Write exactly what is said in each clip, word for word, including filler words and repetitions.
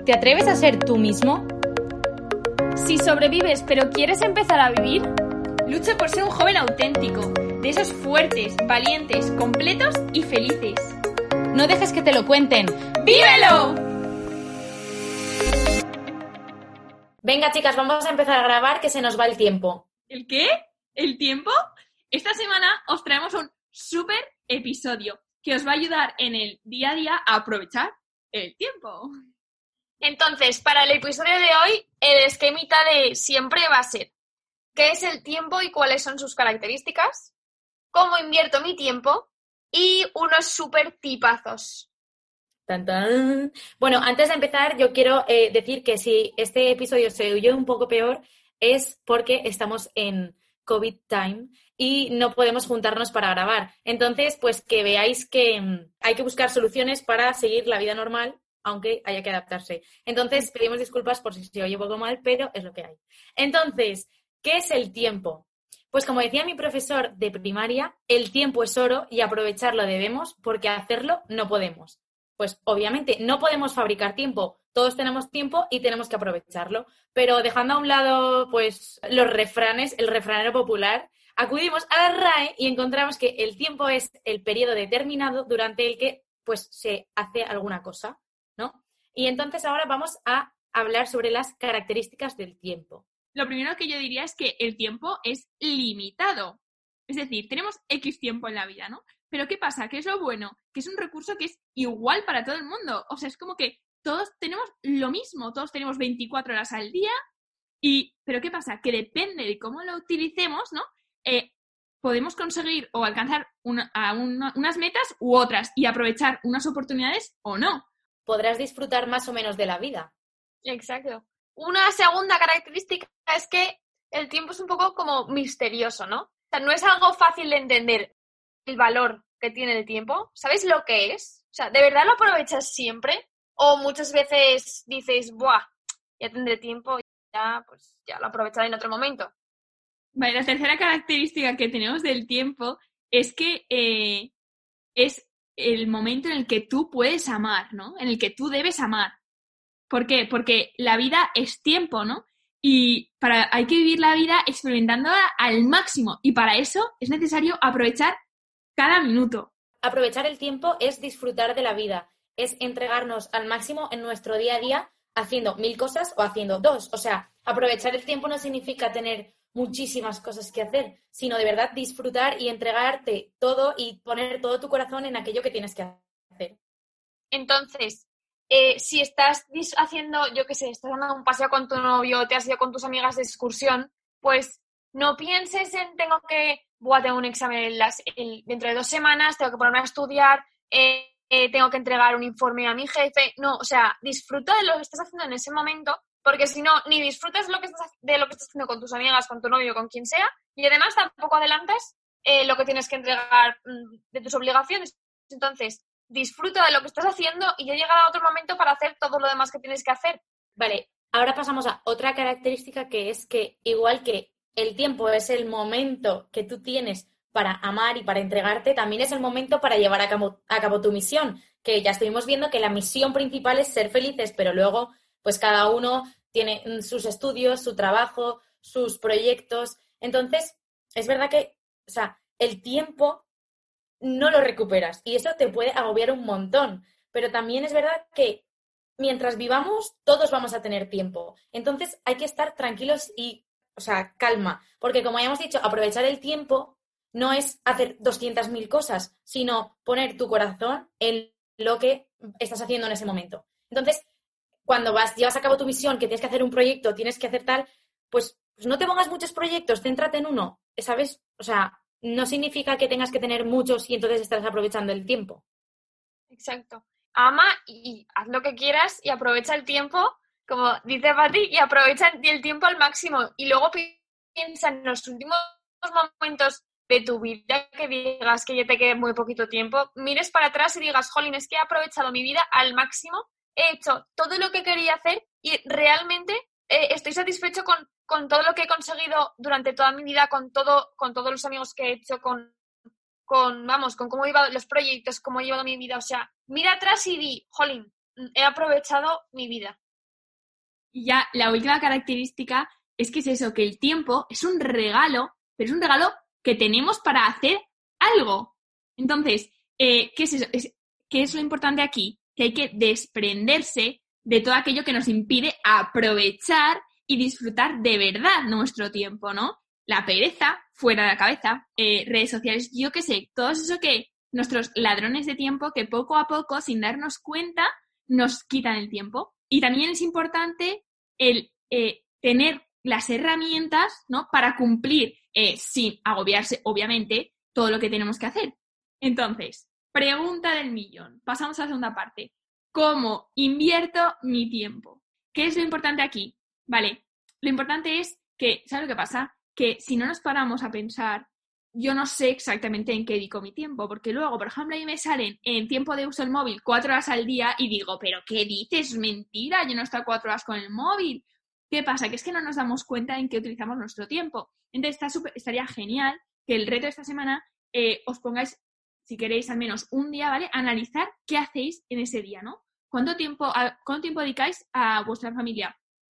¿Te atreves a ser tú mismo? Si sobrevives pero quieres empezar a vivir, lucha por ser un joven auténtico, de esos fuertes, valientes, completos y felices. No dejes que te lo cuenten. ¡Vívelo! Venga, chicas, vamos a empezar a grabar, que se nos va el tiempo. ¿El qué? ¿El tiempo? Esta semana os traemos un súper episodio que os va a ayudar en el día a día a aprovechar el tiempo. Entonces, para el episodio de hoy, el esquemita de siempre va a ser: ¿qué es el tiempo y cuáles son sus características? ¿Cómo invierto mi tiempo? Y unos súper tipazos. Tan, tan. Bueno, antes de empezar, yo quiero eh, decir que si este episodio se oye un poco peor, es porque estamos en COVID time y no podemos juntarnos para grabar. Entonces, pues que veáis que mm, hay que buscar soluciones para seguir la vida normal, aunque haya que adaptarse. Entonces, pedimos disculpas por si se oye un poco mal, pero es lo que hay. Entonces, ¿qué es el tiempo? Pues como decía mi profesor de primaria, el tiempo es oro y aprovecharlo debemos porque hacerlo no podemos. Pues obviamente no podemos fabricar tiempo, todos tenemos tiempo y tenemos que aprovecharlo, pero dejando a un lado pues los refranes, el refranero popular, acudimos a la R A E y encontramos que el tiempo es el periodo determinado durante el que pues se hace alguna cosa, ¿no? Y entonces ahora vamos a hablar sobre las características del tiempo. Lo primero que yo diría es que el tiempo es limitado. Es decir, tenemos X tiempo en la vida, ¿no? Pero ¿qué pasa? ¿Qué es lo bueno? Que es un recurso que es igual para todo el mundo. O sea, es como que todos tenemos lo mismo, todos tenemos veinticuatro horas al día y... ¿Pero qué pasa? Que depende de cómo lo utilicemos, ¿no? Eh, podemos conseguir o alcanzar una, a una, unas metas u otras y aprovechar unas oportunidades o no. Podrás disfrutar más o menos de la vida. Exacto. Una segunda característica es que el tiempo es un poco como misterioso, ¿no? O sea, no es algo fácil de entender el valor que tiene el tiempo. ¿Sabéis lo que es? O sea, ¿de verdad lo aprovechas siempre? O muchas veces dices, ¡buah! Ya tendré tiempo, ya, pues, ya lo aprovecharé en otro momento. Vale, la tercera característica que tenemos del tiempo es que eh, es el momento en el que tú puedes amar, ¿no? En el que tú debes amar. ¿Por qué? Porque la vida es tiempo, ¿no? Y para, hay que vivir la vida experimentándola al máximo. Y para eso es necesario aprovechar cada minuto. Aprovechar el tiempo es disfrutar de la vida, es entregarnos al máximo en nuestro día a día haciendo mil cosas o haciendo dos. O sea, aprovechar el tiempo no significa tener muchísimas cosas que hacer, sino de verdad disfrutar y entregarte todo y poner todo tu corazón en aquello que tienes que hacer. Entonces, eh, si estás haciendo, yo qué sé, estás dando un paseo con tu novio, te has ido con tus amigas de excursión, pues no pienses en tengo que, buah, tengo un examen en las, el, dentro de dos semanas, tengo que ponerme a estudiar, eh, eh, tengo que entregar un informe a mi jefe. No, o sea, disfruta de lo que estás haciendo en ese momento, porque si no, ni disfrutas de lo que estás, de lo que estás haciendo con tus amigas, con tu novio, con quien sea, y además tampoco adelantas eh, lo que tienes que entregar mmm, de tus obligaciones. Entonces, disfruta de lo que estás haciendo y ya llegará otro momento para hacer todo lo demás que tienes que hacer. Vale, ahora pasamos a otra característica que es que igual que el tiempo es el momento que tú tienes para amar y para entregarte, también es el momento para llevar a cabo, a cabo tu misión, que ya estuvimos viendo que la misión principal es ser felices, pero luego pues cada uno tiene sus estudios, su trabajo, sus proyectos. Entonces, es verdad que, o sea, el tiempo no lo recuperas y eso te puede agobiar un montón, pero también es verdad que mientras vivamos todos vamos a tener tiempo, entonces hay que estar tranquilos y, o sea, calma, porque como ya hemos dicho, aprovechar el tiempo no es hacer doscientas mil cosas, sino poner tu corazón en lo que estás haciendo en ese momento. Entonces, cuando vas, llevas a cabo tu misión, que tienes que hacer un proyecto, tienes que hacer tal, pues, pues no te pongas muchos proyectos, céntrate en uno, ¿sabes? O sea, no significa que tengas que tener muchos y entonces estarás aprovechando el tiempo. Exacto. Ama y haz lo que quieras y aprovecha el tiempo, como dice Pati, y aprovecha el tiempo al máximo. Y luego piensa en los últimos momentos de tu vida que digas que ya te quede muy poquito tiempo, mires para atrás y digas, jolín, es que he aprovechado mi vida al máximo, he hecho todo lo que quería hacer y realmente eh, estoy satisfecho con, con todo lo que he conseguido durante toda mi vida, con todo, con todos los amigos que he hecho, con, con, vamos, con cómo he llevado los proyectos, cómo he llevado mi vida. O sea, mira atrás y di, jolín, he aprovechado mi vida. Y ya la última característica es que es eso, que el tiempo es un regalo, pero es un regalo que tenemos para hacer algo. Entonces, eh, ¿qué es eso? Es, ¿qué es lo importante aquí? Que hay que desprenderse de todo aquello que nos impide aprovechar y disfrutar de verdad nuestro tiempo, ¿no? La pereza, fuera de la cabeza, eh, redes sociales, yo qué sé, todo eso que nuestros ladrones de tiempo que poco a poco, sin darnos cuenta, nos quitan el tiempo. Y también es importante el eh, tener las herramientas, ¿no? Para cumplir, eh, sin agobiarse, obviamente, todo lo que tenemos que hacer. Entonces, pregunta del millón. Pasamos a la segunda parte. ¿Cómo invierto mi tiempo? ¿Qué es lo importante aquí? Vale, lo importante es que, ¿sabes lo que pasa? Que si no nos paramos a pensar, yo no sé exactamente en qué dedico mi tiempo, porque luego, por ejemplo, ahí me salen en tiempo de uso del móvil cuatro horas al día y digo, ¿pero qué dices? Es mentira, yo no estoy cuatro horas con el móvil. ¿Qué pasa? Que es que no nos damos cuenta en qué utilizamos nuestro tiempo. Entonces, está super, estaría genial que el reto de esta semana eh, os pongáis, si queréis, al menos un día, ¿vale? Analizar qué hacéis en ese día, ¿no? ¿Cuánto tiempo, a, ¿Cuánto tiempo dedicáis a vuestra familia,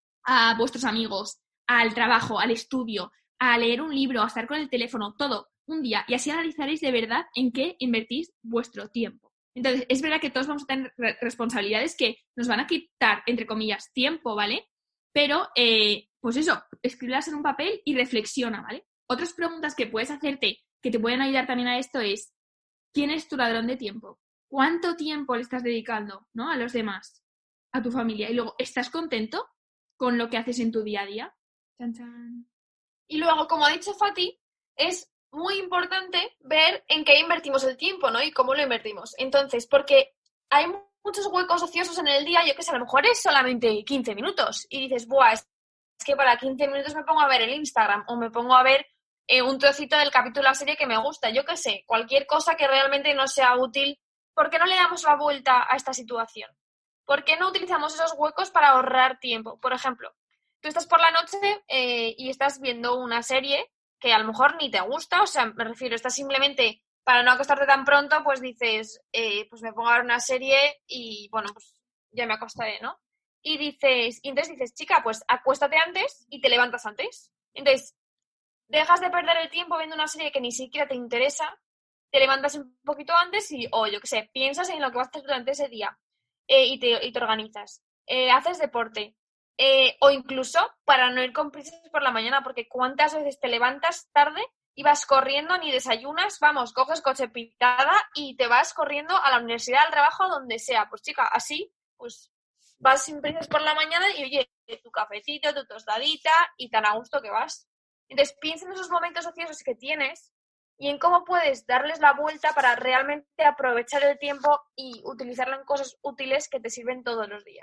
a vuestros amigos, al trabajo, al estudio, a leer un libro, a estar con el teléfono, todo, un día? Y así analizaréis de verdad en qué invertís vuestro tiempo. Entonces, es verdad que todos vamos a tener re- responsabilidades que nos van a quitar, entre comillas, tiempo, ¿vale? Pero, eh, pues eso, escribirlas en un papel y reflexiona, ¿vale? Otras preguntas que puedes hacerte que te pueden ayudar también a esto es, ¿quién es tu ladrón de tiempo? ¿Cuánto tiempo le estás dedicando, ¿no? A los demás, a tu familia? Y luego, ¿estás contento con lo que haces en tu día a día? Chan, chan. Y luego, como ha dicho Fati, es muy importante ver en qué invertimos el tiempo, ¿no? Y cómo lo invertimos. Entonces, porque hay muchos huecos ociosos en el día, yo que sé, a lo mejor es solamente quince minutos. Y dices, buah, es que para quince minutos me pongo a ver el Instagram o me pongo a ver eh, un trocito del capítulo de la serie que me gusta. Yo que sé, cualquier cosa que realmente no sea útil. ¿Por qué no le damos la vuelta a esta situación? ¿Por qué no utilizamos esos huecos para ahorrar tiempo? Por ejemplo, tú estás por la noche eh, y estás viendo una serie que a lo mejor ni te gusta, o sea, me refiero, estás simplemente, para no acostarte tan pronto, pues dices, eh, pues me pongo a ver una serie y, bueno, pues ya me acostaré, ¿no? Y dices, y entonces dices, chica, pues acuéstate antes y te levantas antes. Entonces, dejas de perder el tiempo viendo una serie que ni siquiera te interesa, te levantas un poquito antes y, o yo qué sé, piensas en lo que vas a hacer durante ese día eh, y, te, y te organizas. Eh, haces deporte. Eh, o incluso para no ir con prisas por la mañana, porque cuántas veces te levantas tarde y vas corriendo, ni desayunas, vamos, coges coche pintada y te vas corriendo a la universidad, al trabajo, donde sea. Pues chica, así, pues vas sin prisas por la mañana y oye, tu cafecito, tu tostadita y tan a gusto que vas. Entonces piensa en esos momentos ociosos que tienes y en cómo puedes darles la vuelta para realmente aprovechar el tiempo y utilizarlo en cosas útiles que te sirven todos los días.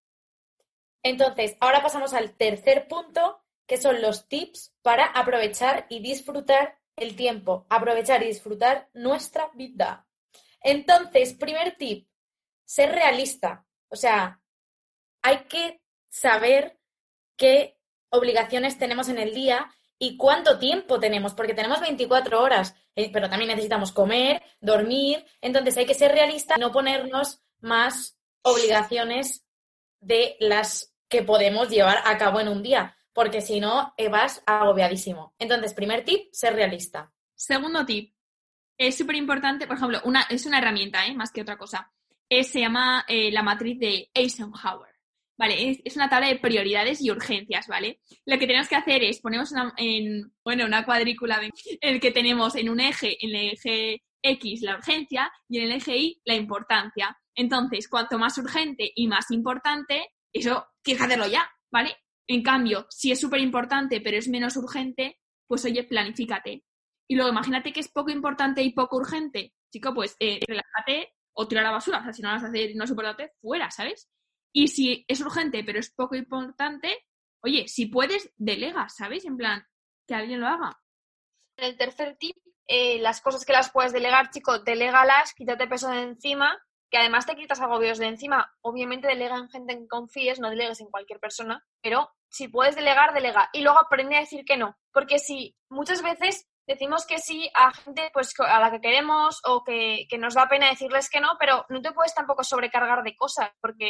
Entonces, ahora pasamos al tercer punto, que son los tips para aprovechar y disfrutar el tiempo, aprovechar y disfrutar nuestra vida. Entonces, primer tip, ser realista. O sea, hay que saber qué obligaciones tenemos en el día y cuánto tiempo tenemos, porque tenemos veinticuatro horas, eh, pero también necesitamos comer, dormir. Entonces, hay que ser realista y no ponernos más obligaciones de las que podemos llevar a cabo en un día, porque si no, eh, vas agobiadísimo. Entonces, primer tip, ser realista. Segundo tip, es súper importante, por ejemplo, una, es una herramienta, ¿eh? Más que otra cosa. Eh, se llama eh, la matriz de Eisenhower. Vale, es, es una tabla de prioridades y urgencias, ¿vale? Lo que tenemos que hacer es ponemos una, en, bueno, una cuadrícula en el que tenemos en un eje, en el eje X la urgencia y en el eje Y la importancia. Entonces, cuanto más urgente y más importante, eso tienes que hacerlo ya, ¿vale? En cambio, si es súper importante pero es menos urgente, pues oye, planifícate. Y luego imagínate que es poco importante y poco urgente. Chico, pues eh, relájate o tira la basura. O sea, si no lo vas a hacer y no es importante, fuera, ¿sabes? Y si es urgente pero es poco importante, oye, si puedes, delega, ¿sabes? En plan, que alguien lo haga. El tercer tip, eh, las cosas que las puedes delegar, chico, delégalas, quítate peso de encima, que además te quitas agobios de encima. Obviamente delega en gente en que confíes, no delegues en cualquier persona, pero si puedes delegar, delega. Y luego aprende a decir que no, porque si muchas veces decimos que sí a gente pues a la que queremos o que, que nos da pena decirles que no, pero no te puedes tampoco sobrecargar de cosas, porque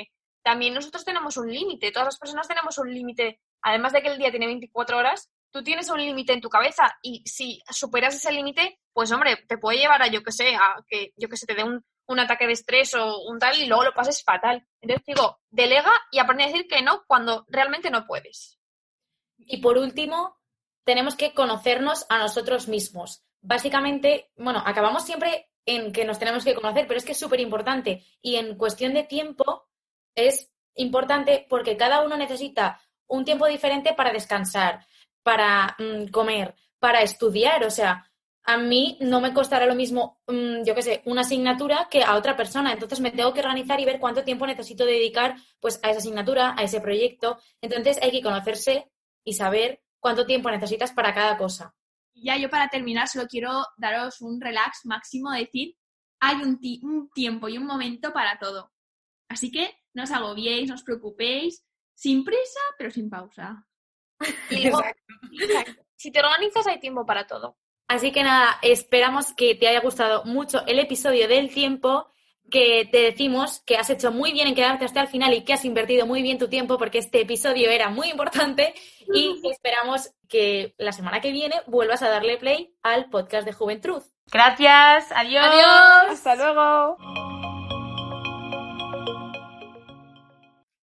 también nosotros tenemos un límite, todas las personas tenemos un límite, además de que el día tiene veinticuatro horas, tú tienes un límite en tu cabeza y si superas ese límite, pues hombre, te puede llevar a, yo que sé, a que yo que sé, te dé un, un ataque de estrés o un tal y luego lo pases fatal. Entonces digo, delega y aprende a decir que no cuando realmente no puedes. Y por último, tenemos que conocernos a nosotros mismos. Básicamente, bueno, acabamos siempre en que nos tenemos que conocer, pero es que es súper importante. Y en cuestión de tiempo es importante porque cada uno necesita un tiempo diferente para descansar, para mmm, comer, para estudiar. O sea, a mí no me costará lo mismo, mmm, yo qué sé, una asignatura que a otra persona. Entonces me tengo que organizar y ver cuánto tiempo necesito dedicar pues, a esa asignatura, a ese proyecto. Entonces hay que conocerse y saber cuánto tiempo necesitas para cada cosa. Ya yo para terminar solo quiero daros un relax máximo, decir, hay un, ti- un tiempo y un momento para todo. Así que no os agobiéis, no os preocupéis, sin prisa, pero sin pausa. Y luego, exacto. Si te organizas hay tiempo para todo. Así que nada, esperamos que te haya gustado mucho el episodio del tiempo, que te decimos que has hecho muy bien en quedarte hasta el final y que has invertido muy bien tu tiempo porque este episodio era muy importante y esperamos que la semana que viene vuelvas a darle play al podcast de Juventud. Gracias, adiós. Adiós. Hasta luego.